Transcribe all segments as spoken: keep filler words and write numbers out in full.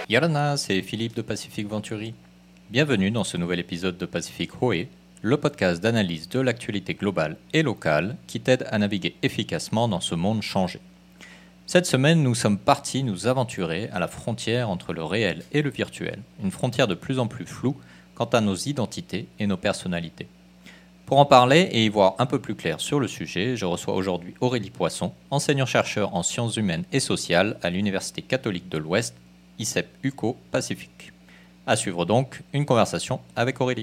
Yorana, c'est Philippe de Pacific Venturi. Bienvenue dans ce nouvel épisode de Pacific Hoé, le podcast d'analyse de l'actualité globale et locale qui t'aide à naviguer efficacement dans ce monde changé. Cette semaine, nous sommes partis nous aventurer à la frontière entre le réel et le virtuel, une frontière de plus en plus floue quant à nos identités et nos personnalités. Pour en parler et y voir un peu plus clair sur le sujet, je reçois aujourd'hui Aurélie Poisson, enseignant-chercheur en sciences humaines et sociales à l'Université catholique de l'Ouest, I C E P U C O Pacifique. À suivre donc une conversation avec Aurélie.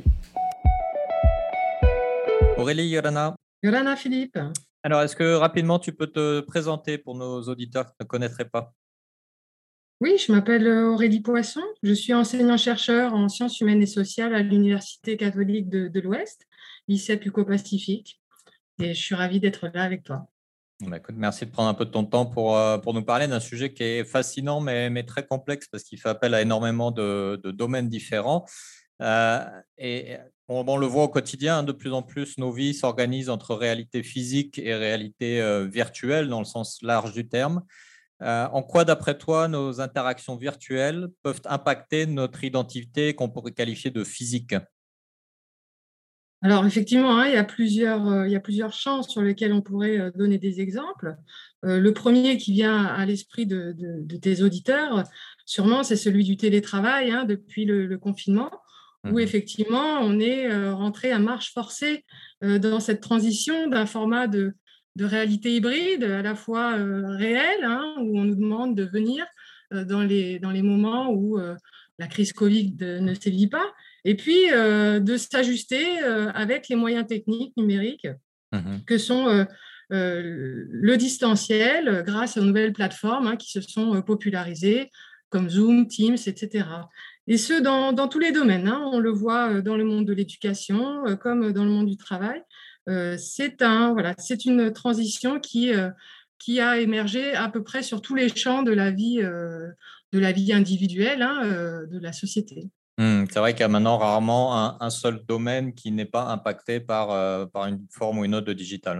Aurélie Yorana. Yorana Philippe. Alors, est-ce que rapidement tu peux te présenter pour nos auditeurs qui ne te connaîtraient pas? Oui, je m'appelle Aurélie Poisson. Je suis enseignant-chercheur en sciences humaines et sociales à l'Université catholique de, de l'Ouest, I C E P U C O Pacifique. Et je suis ravie d'être là avec toi. Bah, écoute, merci de prendre un peu de ton temps pour, euh, pour nous parler d'un sujet qui est fascinant mais, mais très complexe parce qu'il fait appel à énormément de, de domaines différents. Euh, et on, on le voit au quotidien, de plus en plus, nos vies s'organisent entre réalité physique et réalité euh, virtuelle dans le sens large du terme. Euh, en quoi, d'après toi, nos interactions virtuelles peuvent impacter notre identité qu'on pourrait qualifier de physique? Alors, effectivement, hein, il y a plusieurs, euh, il y a plusieurs champs sur lesquels on pourrait euh, donner des exemples. Euh, le premier qui vient à l'esprit de, de- de tes auditeurs, sûrement, c'est celui du télétravail, hein, depuis le, le confinement, où Mhm. effectivement, on est euh, rentré à marche forcée euh, dans cette transition d'un format de, de réalité hybride, à la fois euh, réel, hein, où on nous demande de venir euh, dans les, dans les moments où euh, la crise Covid ne sévit pas, et puis euh, de s'ajuster euh, avec les moyens techniques numériques Mhm. que sont euh, euh, le distanciel euh, grâce aux nouvelles plateformes hein, qui se sont euh, popularisées comme Zoom, Teams, et cetera. Et ce, dans, dans tous les domaines. Hein. On le voit euh, dans le monde de l'éducation euh, comme dans le monde du travail. Euh, c'est un, voilà, c'est une transition qui, euh, qui a émergé à peu près sur tous les champs de la vie, euh, de la vie individuelle, hein, euh, de la société. Hmm, c'est vrai qu'il y a maintenant rarement un, un seul domaine qui n'est pas impacté par, euh, par une forme ou une autre de digital.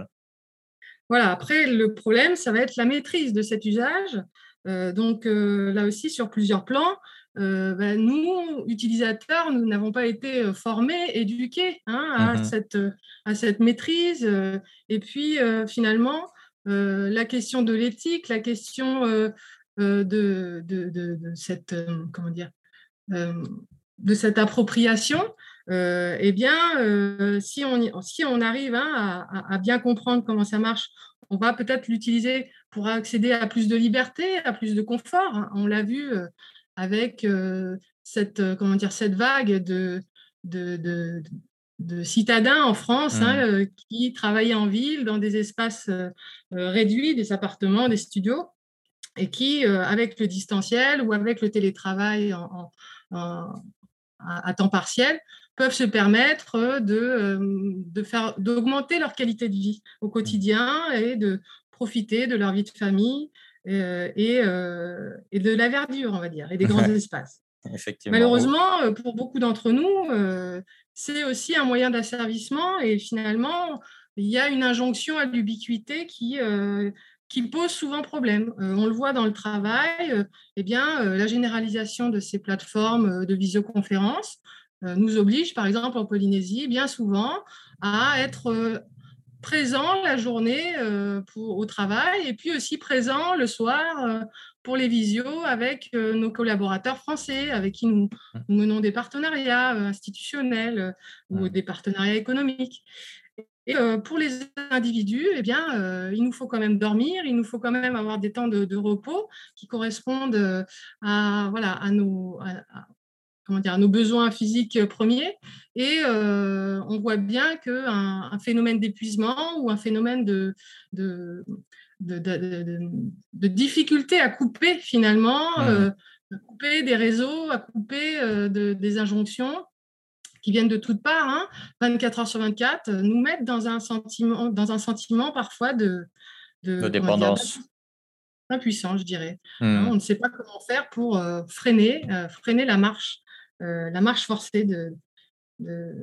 Voilà, après, le problème, ça va être la maîtrise de cet usage. Euh, donc, euh, là aussi, sur plusieurs plans, euh, ben, nous, utilisateurs, nous n'avons pas été euh, formés, éduqués hein, à, Mhm. cette, à cette maîtrise. Euh, et puis, euh, finalement, euh, la question de l'éthique, la question euh, euh, de, de, de, de cette, euh, comment dire, euh, de cette appropriation, euh, eh bien, euh, si, on, si on arrive hein, à, à, bien comprendre comment ça marche, on va peut-être l'utiliser pour accéder à plus de liberté, à plus de confort. Hein. On l'a vu euh, avec euh, cette, euh, comment dire, cette vague de, de, de, de citadins en France hein, Hmm. euh, qui travaillaient en ville dans des espaces euh, réduits, des appartements, des studios, et qui, euh, avec le distanciel ou avec le télétravail en, en, à, à temps partiel, peuvent se permettre de, euh, de faire, d'augmenter leur qualité de vie au quotidien et de profiter de leur vie de famille euh, et, euh, et de la verdure, on va dire, et des grands espaces. Effectivement. Oh. Malheureusement, euh, pour beaucoup d'entre nous, euh, c'est aussi un moyen d'asservissement et finalement, il y a une injonction à l'ubiquité qui, euh, qui pose souvent problème. Euh, on le voit dans le travail, euh, eh bien, euh, la généralisation de ces plateformes euh, de visioconférence euh, nous oblige, par exemple en Polynésie, bien souvent à être euh, présent la journée euh, pour, au travail et puis aussi présent le soir euh, pour les visios avec euh, nos collaborateurs français avec qui nous, nous menons des partenariats euh, institutionnels euh, ou Hmm. des partenariats économiques. Et euh, pour les individus, eh bien, euh, il nous faut quand même dormir, il nous faut quand même avoir des temps de, de repos qui correspondent euh, à, voilà, à, nos, à, comment dire, à nos besoins physiques premiers. Et euh, on voit bien qu'un un phénomène d'épuisement ou un phénomène de, de, de, de, de, de difficulté à couper finalement, Hmm. euh, à couper des réseaux, à couper euh, de, des injonctions qui viennent de toutes parts, hein, vingt-quatre heures sur vingt-quatre, nous mettent dans un sentiment, dans un sentiment parfois de, De de comment dire, dépendance. d'impuissance, je dirais. Hein, Hmm. on ne sait pas comment faire pour euh, freiner, euh, freiner la marche, euh, la marche forcée de, de,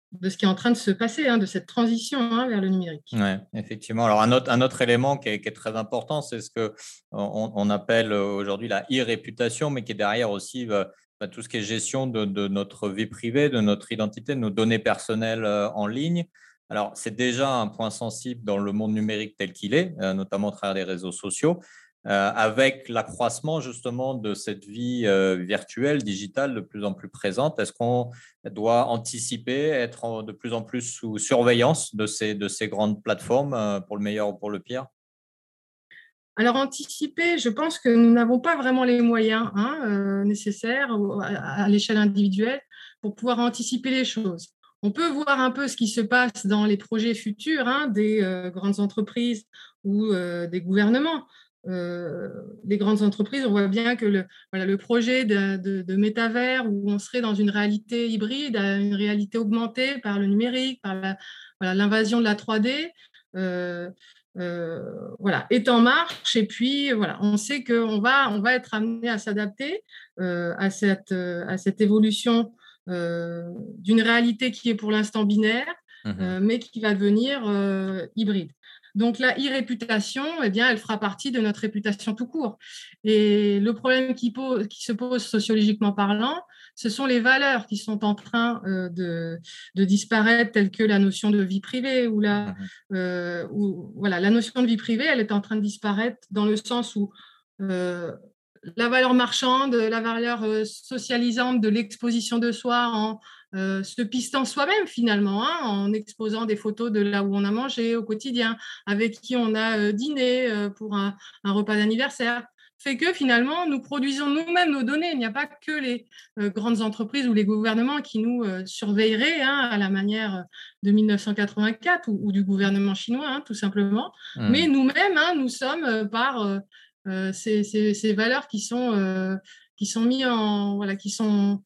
de ce qui est en train de se passer, hein, de cette transition hein, vers le numérique. Oui, effectivement. Alors, un autre, un autre élément qui est, qui est très important, c'est ce qu'on on appelle aujourd'hui la e-réputation, mais qui est derrière aussi bah, bah, tout ce qui est gestion de, de, notre vie privée, de notre identité, de nos données personnelles euh, en ligne. Alors, c'est déjà un point sensible dans le monde numérique tel qu'il est, euh, notamment à travers les réseaux sociaux. Euh, avec l'accroissement justement de cette vie euh, virtuelle, digitale de plus en plus présente, est-ce qu'on doit anticiper, être de plus en plus sous surveillance de ces, de ces grandes plateformes euh, pour le meilleur ou pour le pire? Alors, anticiper, je pense que nous n'avons pas vraiment les moyens hein, euh, nécessaires à, à l'échelle individuelle pour pouvoir anticiper les choses. On peut voir un peu ce qui se passe dans les projets futurs hein, des euh, grandes entreprises ou euh, des gouvernements. Euh, les grandes entreprises, on voit bien que le, voilà, le projet de, de, de métavers où on serait dans une réalité hybride, une réalité augmentée par le numérique, par la, voilà, l'invasion de la trois D, euh, euh, voilà, est en marche. Et puis, voilà, on sait qu'on va, on va être amené à s'adapter euh, à, cette, à cette évolution euh, d'une réalité qui est pour l'instant binaire, Mhm. euh, mais qui va devenir euh, hybride. Donc la e-réputation, eh bien, elle fera partie de notre réputation tout court. Et le problème qui, pose, qui se pose sociologiquement parlant, ce sont les valeurs qui sont en train euh, de, de, disparaître, telles que la notion de vie privée ou la, Mhm. euh, où, voilà, la notion de vie privée, elle est en train de disparaître dans le sens où euh, la valeur marchande, la valeur euh, socialisante de l'exposition de soi en euh, se pistant soi-même finalement, hein, en exposant des photos de là où on a mangé au quotidien, avec qui on a euh, dîné euh, pour un, un repas d'anniversaire, fait que finalement, nous produisons nous-mêmes nos données. Il n'y a pas que les euh, grandes entreprises ou les gouvernements qui nous euh, surveilleraient hein, à la manière de mille neuf cent quatre-vingt-quatre ou, ou du gouvernement chinois, hein, tout simplement. Mais Mhm. nous-mêmes, hein, nous sommes euh, par euh, euh, ces, ces, ces, valeurs qui sont, euh, qui sont mises en... Voilà, qui sont...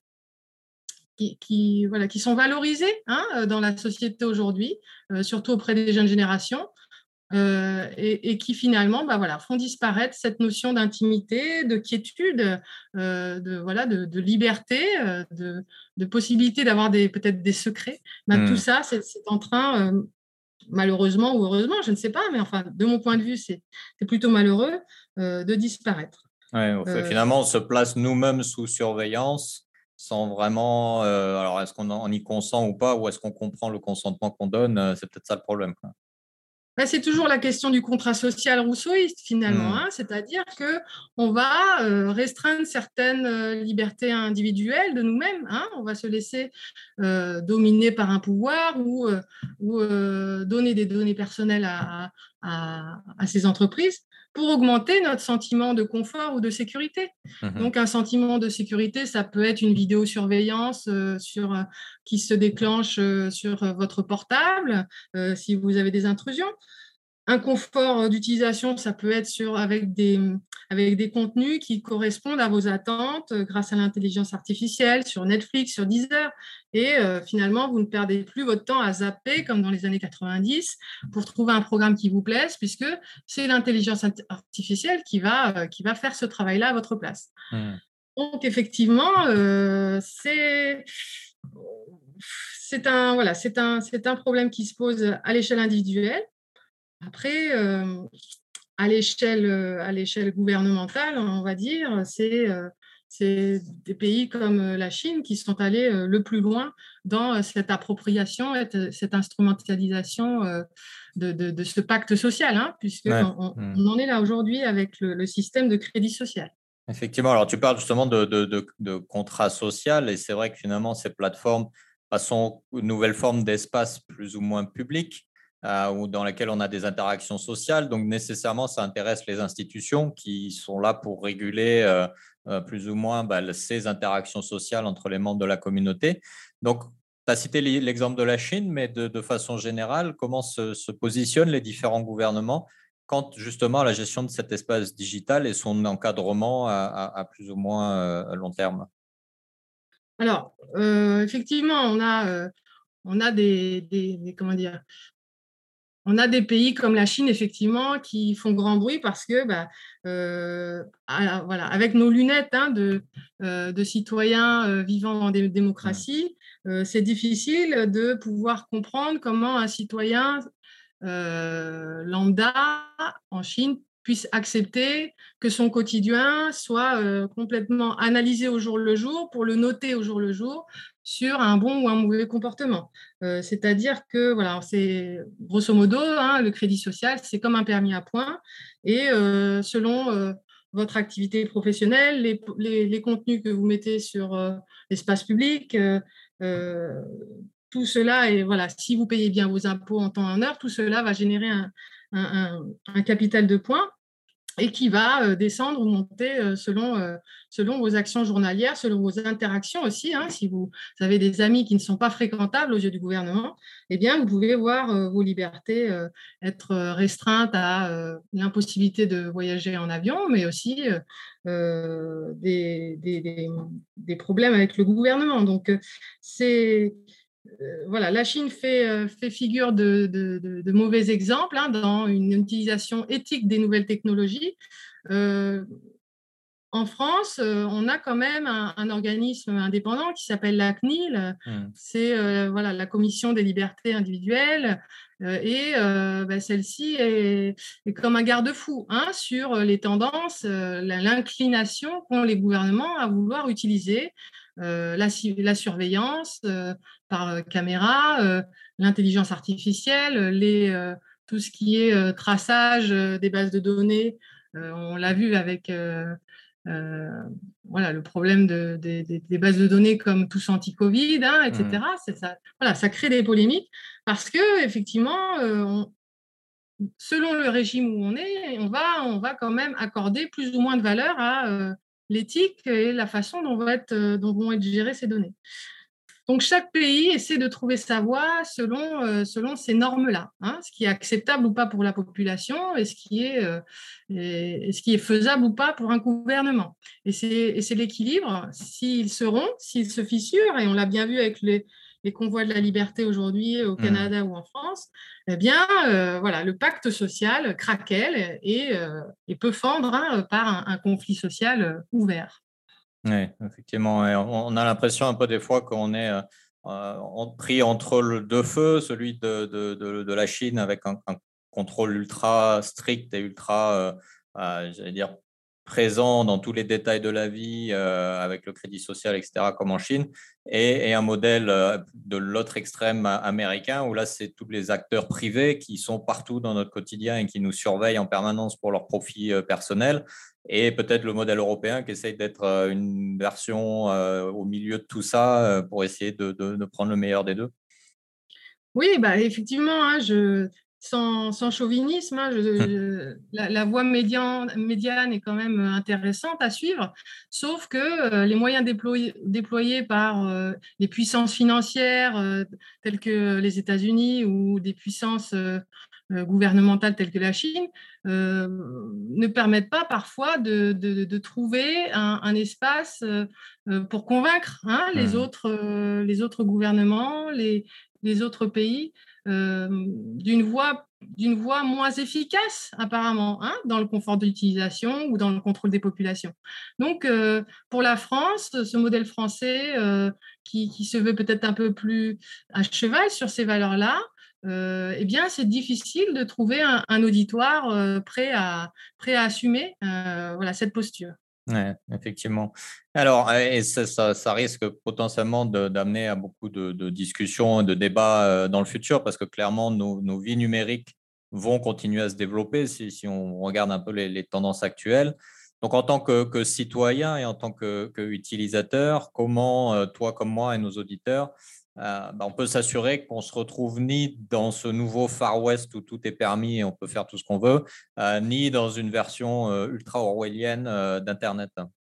Qui, qui, voilà, qui sont valorisées hein, dans la société aujourd'hui, euh, surtout auprès des jeunes générations. Euh, et, et qui finalement bah, voilà, font disparaître cette notion d'intimité, de quiétude, euh, de, voilà, de, de liberté, euh, de, de possibilité d'avoir des, peut-être des secrets. Bah, tout Mhm. ça, c'est, c'est en train, euh, malheureusement ou heureusement, je ne sais pas, mais enfin, de mon point de vue, c'est, c'est plutôt malheureux euh, de disparaître. Ouais, Euh, finalement, on se place nous-mêmes sous surveillance sans vraiment. Euh, alors, est-ce qu'on en- on y consent ou pas, ou est-ce qu'on comprend le consentement qu'on donne? euh, C'est peut-être ça le problème, quoi. Ben, c'est toujours la question du contrat social rousseauiste finalement, Mhm. hein. C'est-à-dire que on va euh, restreindre certaines euh, libertés individuelles de nous-mêmes, hein. On va se laisser euh, dominer par un pouvoir ou, euh, ou euh, donner des données personnelles à, à, à ces entreprises pour augmenter notre sentiment de confort ou de sécurité. Mhm. Donc un sentiment de sécurité, ça peut être une vidéosurveillance euh, sur, euh, qui se déclenche euh, sur euh, votre portable euh, si vous avez des intrusions. Un confort d'utilisation, ça peut être sur, avec, des, avec des contenus qui correspondent à vos attentes euh, grâce à l'intelligence artificielle, sur Netflix, sur Deezer. Et euh, finalement, vous ne perdez plus votre temps à zapper comme dans les années quatre-vingt-dix pour trouver un programme qui vous plaise, puisque c'est l'intelligence artificielle qui va, euh, qui va faire ce travail-là à votre place. Mhm. Donc, effectivement, euh, c'est c'est un, voilà, c'est un, c'est un problème qui se pose à l'échelle individuelle. Après, euh, à l'échelle, euh, à l'échelle gouvernementale, on va dire, c'est, euh, c'est des pays comme euh, la Chine qui sont allés euh, le plus loin dans euh, cette appropriation, et cette instrumentalisation euh, de, de, de ce pacte social, hein, Ouais. puisqu'on Mhm. on en est là aujourd'hui avec le, le système de crédit social. Effectivement, alors tu parles justement de, de, de, de contrat social et c'est vrai que finalement ces plateformes bah, sont une nouvelle forme d'espace plus ou moins public euh, ou dans laquelle on a des interactions sociales. Donc nécessairement, ça intéresse les institutions qui sont là pour réguler euh, euh, plus ou moins bah, ces interactions sociales entre les membres de la communauté. Donc, tu as cité l'exemple de la Chine, mais de, de façon générale, comment se, se positionnent les différents gouvernements quant justement à la gestion de cet espace digital et son encadrement à, à, à plus ou moins euh, long terme? Alors, euh, effectivement, on a, euh, on a des, des, des, comment dire, on a des pays comme la Chine, effectivement, qui font grand bruit parce que, bah, euh, à, voilà, avec nos lunettes hein, de, euh, de citoyens euh, vivant dans des démocraties, euh, c'est difficile de pouvoir comprendre comment un citoyen euh, lambda en Chine puisse accepter que son quotidien soit euh, complètement analysé au jour le jour pour le noter au jour le jour sur un bon ou un mauvais comportement. Euh, c'est-à-dire que, voilà, c'est grosso modo, hein, le crédit social, c'est comme un permis à points et euh, selon euh, votre activité professionnelle, les, les, les, contenus que vous mettez sur euh, l'espace public, euh, euh, tout cela, et voilà, si vous payez bien vos impôts en temps et en heure, tout cela va générer un, un, un, un capital de points et qui va euh, descendre ou monter euh, selon, euh, selon vos actions journalières, selon vos interactions aussi. Hein. Si vous, vous avez des amis qui ne sont pas fréquentables aux yeux du gouvernement, eh bien, vous pouvez voir euh, vos libertés euh, être restreintes à euh, l'impossibilité de voyager en avion, mais aussi euh, des, des, des, des problèmes avec le gouvernement. Donc, c'est... Euh, voilà, la Chine fait, euh, fait figure de, de, de, de mauvais exemple hein, dans une utilisation éthique des nouvelles technologies. Euh, en France, euh, on a quand même un, un organisme indépendant qui s'appelle la C N I L. Mmh. C'est euh, voilà, la Commission des libertés individuelles. Euh, et euh, ben, celle-ci est, est comme un garde-fou hein, sur les tendances, euh, l'inclination qu'ont les gouvernements à vouloir utiliser euh, la, la surveillance euh, par caméra, euh, l'intelligence artificielle, les, euh, tout ce qui est euh, traçage euh, des bases de données. Euh, on l'a vu avec euh, euh, voilà, le problème de, de, de, des bases de données comme tous anti-Covid, hein, et cetera. Mmh. Ça, voilà, ça crée des polémiques parce que effectivement, euh, on, selon le régime où on est, on va, on va quand même accorder plus ou moins de valeur à euh, l'éthique et la façon dont, va être, euh, dont vont être gérées ces données. Donc, chaque pays essaie de trouver sa voie selon, euh, selon ces normes-là, hein, ce qui est acceptable ou pas pour la population et ce qui est, euh, et, et ce qui est faisable ou pas pour un gouvernement. Et c'est l'équilibre. S'ils seront, s'ils se fissurent, et on l'a bien vu avec les, les convois de la liberté aujourd'hui au Canada mmh. ou en France, eh bien, euh, voilà, le pacte social craquelle et, euh, et peut fendre hein, par un, un conflit social ouvert. Oui, effectivement. On a l'impression un peu des fois qu'on est euh, pris entre le deux feux, celui de, de, de, de la Chine avec un, un contrôle ultra strict et ultra, euh, euh, j'allais dire, présent dans tous les détails de la vie, euh, avec le crédit social, et cetera, comme en Chine, et, et un modèle euh, de l'autre extrême américain, où là, c'est tous les acteurs privés qui sont partout dans notre quotidien et qui nous surveillent en permanence pour leur profit euh, personnel. Et peut-être le modèle européen qui essaye d'être une version euh, au milieu de tout ça euh, pour essayer de, de, de prendre le meilleur des deux. Oui, bah, effectivement, hein, je, sans, sans chauvinisme, hein, je, je, la, la voie médiane, médiane est quand même intéressante à suivre, sauf que euh, les moyens déployés, déployés par euh, les puissances financières euh, telles que les États-Unis ou des puissances euh, gouvernementales telles que la Chine euh, ne permettent pas parfois de, de, de trouver un, un espace euh, pour convaincre hein, les, mmh. autres, euh, les autres gouvernements, les, les autres pays euh, d'une voie, d'une voie moins efficace apparemment hein, dans le confort d'utilisation ou dans le contrôle des populations. Donc euh, pour la France, ce modèle français euh, qui, qui se veut peut-être un peu plus à cheval sur ces valeurs-là, euh, eh bien c'est difficile de trouver un, un auditoire euh, prêt, à, prêt à assumer euh, voilà, cette posture. Oui, effectivement. Alors, et ça, ça, ça risque potentiellement d'amener à beaucoup de, de discussions et de débats dans le futur parce que clairement, nos, nos vies numériques vont continuer à se développer si, si on regarde un peu les, les tendances actuelles. Donc, en tant que, que citoyen et en tant que, que utilisateur, comment toi comme moi et nos auditeurs, euh, bah, on peut s'assurer qu'on se retrouve ni dans ce nouveau Far West où tout est permis et on peut faire tout ce qu'on veut, euh, ni dans une version euh, ultra orwellienne euh, d'Internet?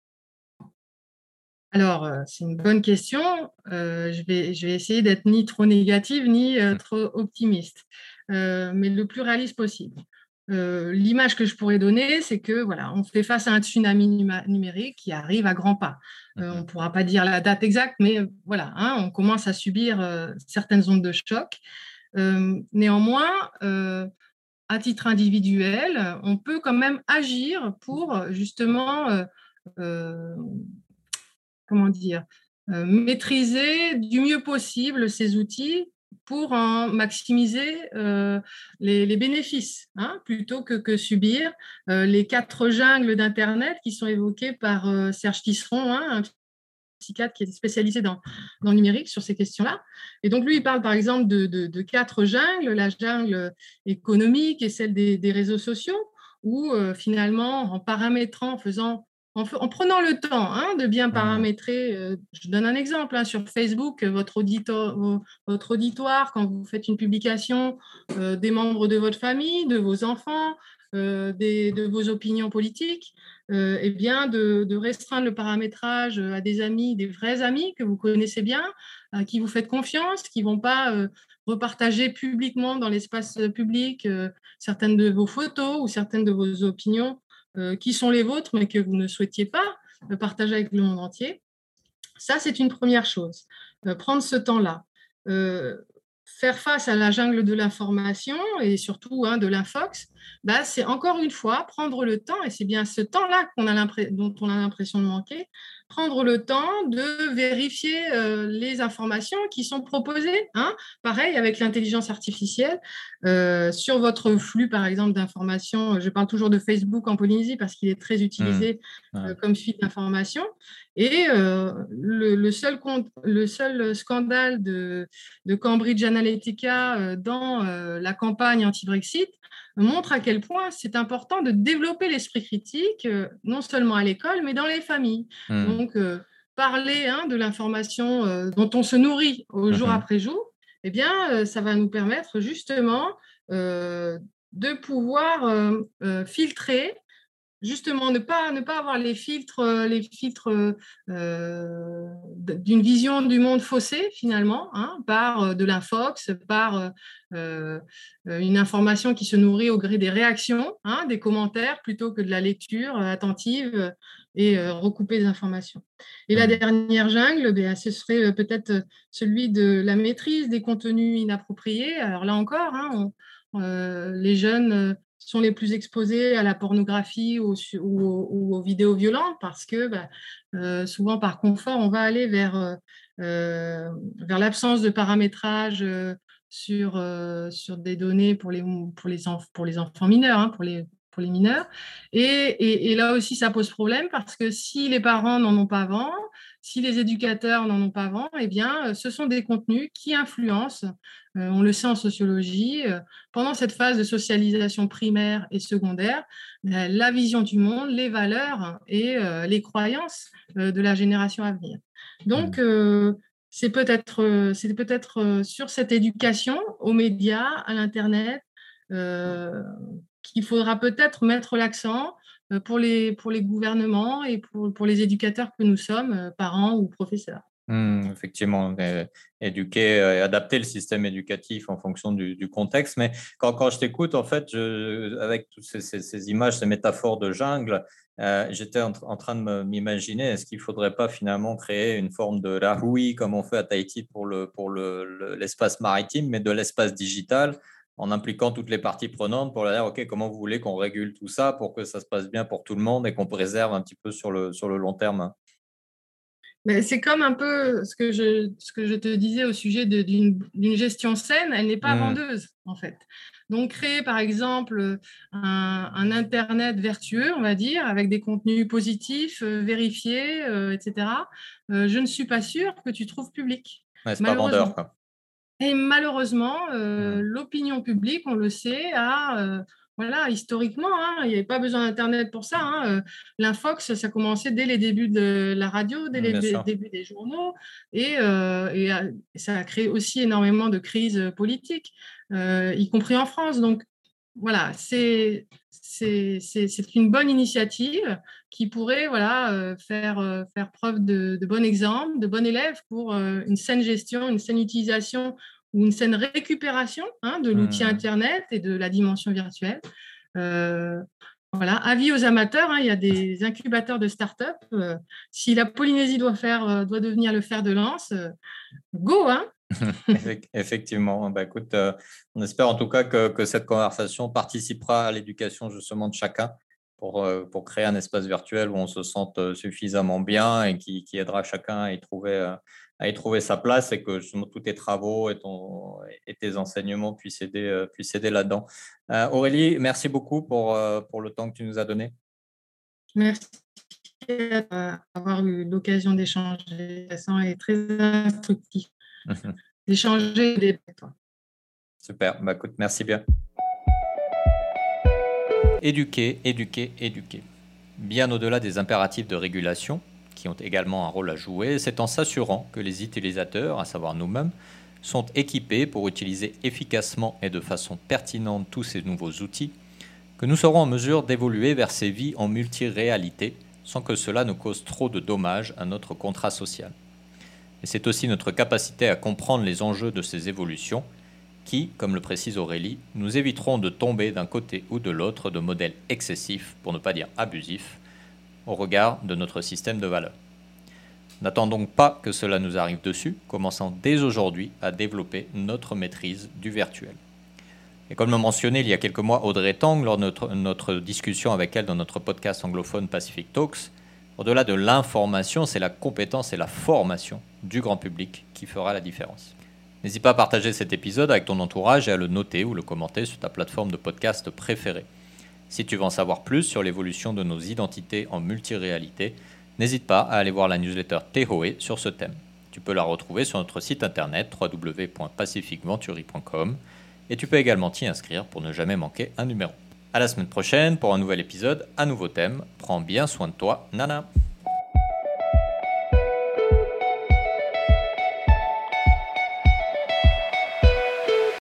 Alors, euh, c'est une bonne question. Euh, je vais, je vais essayer d'être ni trop négative ni euh, trop optimiste, euh, mais le plus réaliste possible. Euh, l'image que je pourrais donner, c'est que voilà, on fait face à un tsunami numérique qui arrive à grands pas. Euh, on ne pourra pas dire la date exacte, mais voilà, hein, on commence à subir euh, certaines ondes de choc. Euh, néanmoins, euh, à titre individuel, on peut quand même agir pour justement, euh, euh, comment dire, euh, maîtriser du mieux possible ces outils pour en maximiser euh, les, les bénéfices, hein, plutôt que, que subir euh, les quatre jungles d'Internet qui sont évoquées par euh, Serge Tisseron, hein, un psychiatre qui est spécialisé dans, dans le numérique sur ces questions-là. Et donc, lui, il parle par exemple de, de, de quatre jungles, la jungle économique et celle des, des réseaux sociaux, où euh, finalement, en paramétrant, en faisant en, en, prenant le temps hein, de bien paramétrer, euh, je donne un exemple, hein, sur Facebook, votre, audito, votre auditoire, quand vous faites une publication, euh, des membres de votre famille, de vos enfants, euh, des, de vos opinions politiques, euh, eh bien de, de restreindre le paramétrage à des amis, des vrais amis que vous connaissez bien, à qui vous faites confiance, qui ne vont pas euh, repartager publiquement dans l'espace public euh, certaines de vos photos ou certaines de vos opinions Euh, qui sont les vôtres, mais que vous ne souhaitiez pas euh, partager avec le monde entier. Ça, c'est une première chose. Euh, prendre ce temps-là. Euh, faire face à la jungle de l'information et surtout hein, de l'infox, bah, c'est encore une fois prendre le temps, et c'est bien ce temps-là qu'on a dont on a l'impression de manquer, prendre le temps de vérifier euh, les informations qui sont proposées. Hein. Pareil avec l'intelligence artificielle, euh, sur votre flux, par exemple, d'informations, je parle toujours de Facebook en Polynésie parce qu'il est très utilisé mmh. euh, comme suite d'informations. Et euh, le, le, seul compte, le seul scandale de, de Cambridge Analytica euh, dans euh, la campagne anti-Brexit montre à quel point c'est important de développer l'esprit critique, euh, non seulement à l'école, mais dans les familles. Mmh. Donc, euh, parler hein, de l'information euh, dont on se nourrit au mmh. jour après jour, eh bien, euh, ça va nous permettre justement euh, de pouvoir euh, euh, filtrer justement ne pas, ne pas avoir les filtres, les filtres euh, d'une vision du monde faussée finalement, hein, par de l'infox, par euh, une information qui se nourrit au gré des réactions, hein, des commentaires, plutôt que de la lecture attentive et euh, recouper des informations. Et mmh. la dernière jungle, ben, ce serait peut-être celui de la maîtrise des contenus inappropriés. Alors là encore, hein, on, euh, les jeunes sont les plus exposés à la pornographie ou, ou, ou aux vidéos violentes parce que bah, euh, souvent par confort, on va aller vers, euh, vers l'absence de paramétrage euh, sur, euh, sur des données pour les, pour les, enf- pour les enfants mineurs, hein, pour, les, pour les mineurs. Et, et, et là aussi, ça pose problème parce que si les parents n'en ont pas avant, si les éducateurs n'en ont pas avant, eh bien, ce sont des contenus qui influencent, euh, on le sait en sociologie, euh, pendant cette phase de socialisation primaire et secondaire, euh, la vision du monde, les valeurs et euh, les croyances euh, de la génération à venir. Donc, euh, c'est peut-être, c'est peut-être sur cette éducation aux médias, à l'Internet, euh, qu'il faudra peut-être mettre l'accent pour les, pour les gouvernements et pour, pour les éducateurs que nous sommes, parents ou professeurs. Mmh, effectivement, euh, éduquer et euh, adapter le système éducatif en fonction du, du contexte. Mais quand, quand je t'écoute, en fait, je, avec toutes ces, ces, ces images, ces métaphores de jungle, euh, j'étais en, en train de m'imaginer, est-ce qu'il ne faudrait pas finalement créer une forme de rahui comme on fait à Tahiti pour, le, pour le, le, l'espace maritime, mais de l'espace digital, en impliquant toutes les parties prenantes pour leur dire, OK, comment vous voulez qu'on régule tout ça pour que ça se passe bien pour tout le monde et qu'on préserve un petit peu sur le, sur le long terme? Mais c'est comme un peu ce que je, ce que je te disais au sujet de, d'une, d'une gestion saine, elle n'est pas mmh. vendeuse en fait. Donc créer par exemple un, un Internet vertueux, on va dire, avec des contenus positifs, euh, vérifiés, euh, et cetera, euh, je ne suis pas sûre que tu trouves public. Ouais, c'est pas vendeur, quoi. Et malheureusement, euh, mmh. l'opinion publique, on le sait, a... Euh, Voilà, historiquement, hein, il n'y avait pas besoin d'Internet pour ça. Hein. L'infox, ça commençait dès les débuts de la radio, dès les dé- débuts des journaux, et, euh, et, et ça a créé aussi énormément de crises politiques, euh, y compris en France. Donc, voilà, c'est, c'est, c'est, c'est une bonne initiative qui pourrait voilà, euh, faire, euh, faire preuve de, de bon exemple, de bon élève pour euh, une saine gestion, une saine utilisation ou une saine récupération hein, de l'outil mmh. Internet et de la dimension virtuelle. Euh, voilà, avis aux amateurs, hein, il y a des incubateurs de start-up. Euh, si la Polynésie doit, faire, euh, doit devenir le fer de lance, euh, go hein. Effectivement. Bah, écoute, euh, on espère en tout cas que, que cette conversation participera à l'éducation justement de chacun pour, euh, pour créer un espace virtuel où on se sente euh, suffisamment bien et qui, qui aidera chacun à y trouver, euh, à y trouver sa place et que justement tous tes travaux et, ton, et tes enseignements puissent aider, euh, puissent aider là-dedans. Euh, Aurélie, merci beaucoup pour, euh, pour le temps que tu nous as donné. Merci d'avoir eu l'occasion d'échanger. Ça est très instructif. D'échanger des toi. Super, bah, écoute, merci bien. Éduquer, éduquer, éduquer. Bien au-delà des impératifs de régulation, qui ont également un rôle à jouer, c'est en s'assurant que les utilisateurs, à savoir nous-mêmes, sont équipés pour utiliser efficacement et de façon pertinente tous ces nouveaux outils, que nous serons en mesure d'évoluer vers ces vies en multiréalité, sans que cela ne cause trop de dommages à notre contrat social. Et c'est aussi notre capacité à comprendre les enjeux de ces évolutions qui, comme le précise Aurélie, nous éviteront de tomber d'un côté ou de l'autre de modèles excessifs, pour ne pas dire abusifs, au regard de notre système de valeurs. N'attendons donc pas que cela nous arrive dessus, commençant dès aujourd'hui à développer notre maîtrise du virtuel. Et comme le mentionnait il y a quelques mois Audrey Tang lors de notre, notre discussion avec elle dans notre podcast anglophone Pacific Talks, au-delà de l'information, c'est la compétence et la formation du grand public qui fera la différence. N'hésite pas à partager cet épisode avec ton entourage et à le noter ou le commenter sur ta plateforme de podcast préférée. Si tu veux en savoir plus sur l'évolution de nos identités en multiréalité, n'hésite pas à aller voir la newsletter Tehoe sur ce thème. Tu peux la retrouver sur notre site internet w w w point pacific venturi point com et tu peux également t'y inscrire pour ne jamais manquer un numéro. À la semaine prochaine pour un nouvel épisode, un nouveau thème. Prends bien soin de toi, Nana.